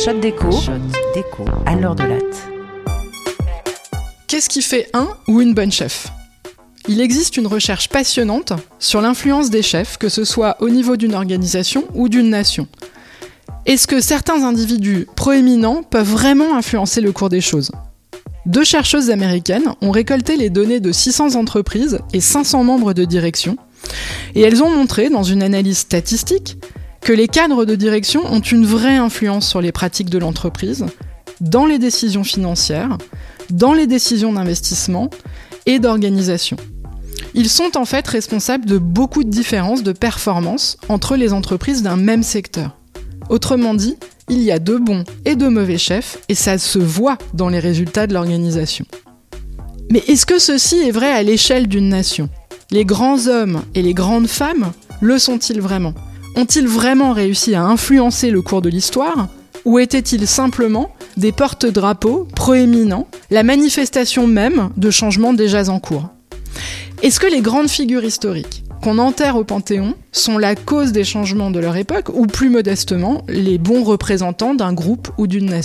Shot d'écho à l'heure de latte. Qu'est-ce qui fait un ou une bonne chef ? Il existe une recherche passionnante sur l'influence des chefs, que ce soit au niveau d'une organisation ou d'une nation. Est-ce que certains individus proéminents peuvent vraiment influencer le cours des choses ? 2 chercheuses américaines ont récolté les données de 600 entreprises et 500 membres de direction, et elles ont montré, dans une analyse statistique, que les cadres de direction ont une vraie influence sur les pratiques de l'entreprise, dans les décisions financières, dans les décisions d'investissement et d'organisation. Ils sont en fait responsables de beaucoup de différences de performance entre les entreprises d'un même secteur. Autrement dit, il y a de bons et de mauvais chefs et ça se voit dans les résultats de l'organisation. Mais est-ce que ceci est vrai à l'échelle d'une nation ? Les grands hommes et les grandes femmes le sont-ils vraiment ? Ont-ils vraiment réussi à influencer le cours de l'histoire ? Ou étaient-ils simplement des porte-drapeaux proéminents, la manifestation même de changements déjà en cours ? Est-ce que les grandes figures historiques qu'on enterre au Panthéon sont la cause des changements de leur époque ou plus modestement les bons représentants d'un groupe ou d'une nation ?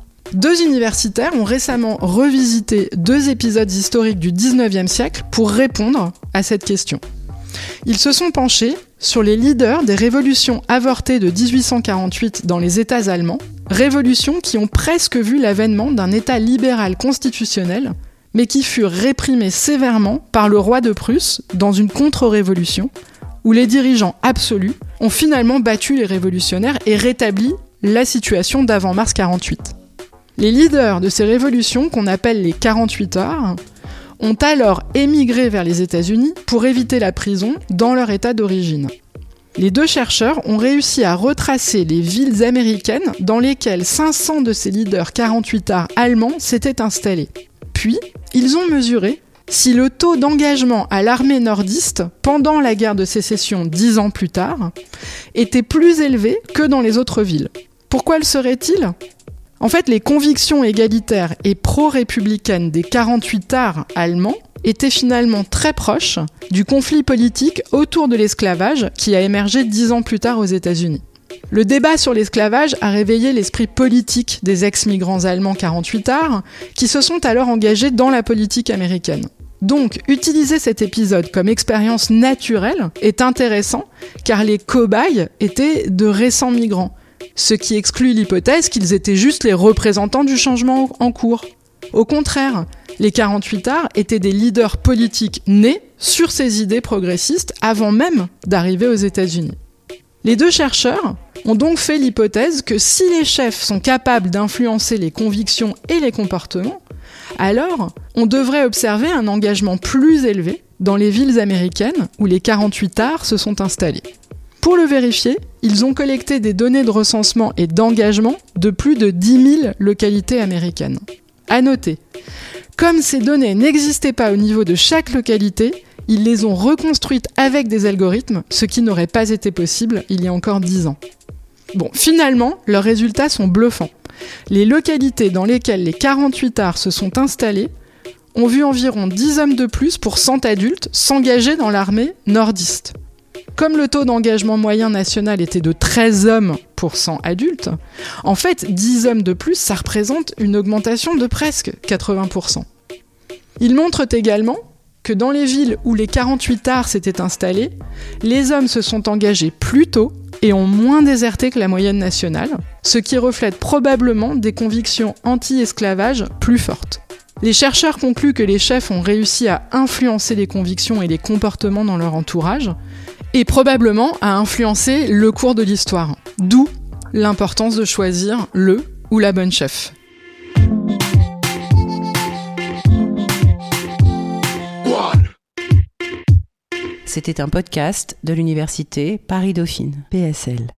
2 universitaires ont récemment revisité 2 épisodes historiques du 19e siècle pour répondre à cette question. Ils se sont penchés sur les leaders des révolutions avortées de 1848 dans les États allemands, révolutions qui ont presque vu l'avènement d'un État libéral constitutionnel, mais qui furent réprimés sévèrement par le roi de Prusse dans une contre-révolution, où les dirigeants absolus ont finalement battu les révolutionnaires et rétabli la situation d'avant mars 48. Les leaders de ces révolutions, qu'on appelle les 48 heures, ont alors émigré vers les États-Unis pour éviter la prison dans leur état d'origine. Les 2 chercheurs ont réussi à retracer les villes américaines dans lesquelles 500 de ces leaders 48 heures allemands s'étaient installés. Puis, ils ont mesuré si le taux d'engagement à l'armée nordiste pendant la guerre de sécession 10 ans plus tard était plus élevé que dans les autres villes. Pourquoi le serait-il ? En fait, les convictions égalitaires et pro-républicaines des 48 heures allemands étaient finalement très proches du conflit politique autour de l'esclavage qui a émergé 10 ans plus tard aux États-Unis. Le débat sur l'esclavage a réveillé l'esprit politique des ex-migrants allemands 48 heures qui se sont alors engagés dans la politique américaine. Donc, utiliser cet épisode comme expérience naturelle est intéressant car les cobayes étaient de récents migrants, ce qui exclut l'hypothèse qu'ils étaient juste les représentants du changement en cours. Au contraire, les 48 heures étaient des leaders politiques nés sur ces idées progressistes avant même d'arriver aux États-Unis. Les 2 chercheurs ont donc fait l'hypothèse que si les chefs sont capables d'influencer les convictions et les comportements, alors on devrait observer un engagement plus élevé dans les villes américaines où les 48 heures se sont installés. Pour le vérifier, ils ont collecté des données de recensement et d'engagement de plus de 10 000 localités américaines. À noter, comme ces données n'existaient pas au niveau de chaque localité, ils les ont reconstruites avec des algorithmes, ce qui n'aurait pas été possible il y a encore 10 ans. Bon, finalement, leurs résultats sont bluffants. Les localités dans lesquelles les 48 heures se sont installées ont vu environ 10 hommes de plus pour 100 adultes s'engager dans l'armée nordiste. Comme le taux d'engagement moyen national était de 13 hommes pour 100 adultes, en fait, 10 hommes de plus, ça représente une augmentation de presque 80%. Ils montrent également que dans les villes où les 48 heures s'étaient installés, les hommes se sont engagés plus tôt et ont moins déserté que la moyenne nationale, ce qui reflète probablement des convictions anti-esclavage plus fortes. Les chercheurs concluent que les chefs ont réussi à influencer les convictions et les comportements dans leur entourage, et probablement à influencer le cours de l'histoire. D'où l'importance de choisir le ou la bonne chef. C'était un podcast de l'université Paris-Dauphine, PSL.